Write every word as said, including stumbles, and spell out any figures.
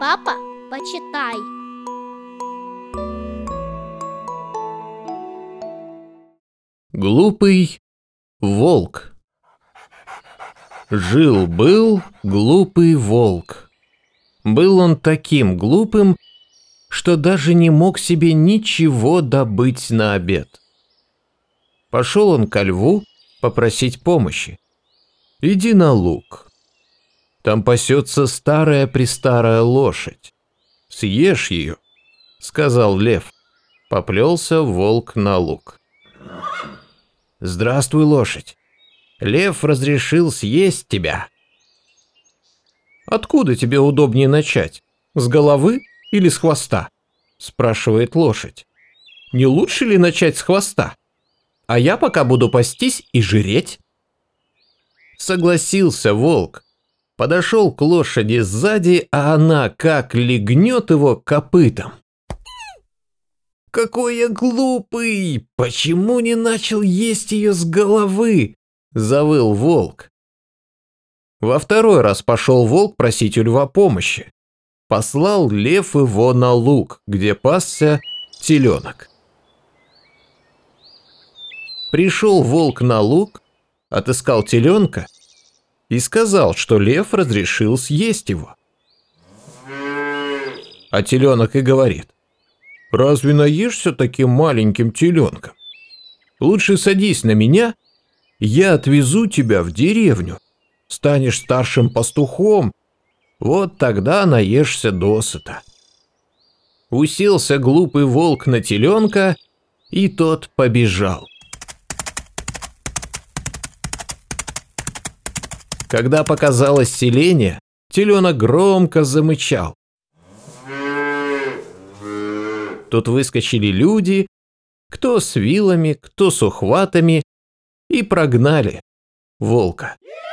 Папа, почитай. Глупый волк. Жил-был глупый волк. Был он таким глупым, что даже не мог себе ничего добыть на обед. Пошел он ко льву попросить помощи. «Иди на луг. Там пасется старая-престарая лошадь. Съешь ее», — сказал лев. Поплелся волк на луг. «Здравствуй, лошадь. Лев разрешил съесть тебя». «Откуда тебе удобнее начать? С головы или с хвоста?» – спрашивает лошадь. «Не лучше ли начать с хвоста? А я пока буду пастись и жиреть». Согласился волк. Подошел к лошади сзади, а она как легнет его копытом. «Какой я глупый! Почему не начал есть ее с головы?» – завыл волк. Во второй раз пошел волк просить у льва помощи. Послал лев его на луг, где пасся теленок. Пришел волк на луг, отыскал теленка и сказал, что лев разрешил съесть его. А теленок и говорит: «Разве наешься таким маленьким теленком? Лучше садись на меня, я отвезу тебя в деревню. Станешь старшим пастухом, вот тогда наешься досыта». Уселся глупый волк на теленка, и тот побежал. Когда показалось селение, теленок громко замычал. Тут выскочили люди, кто с вилами, кто с ухватами, и прогнали волка.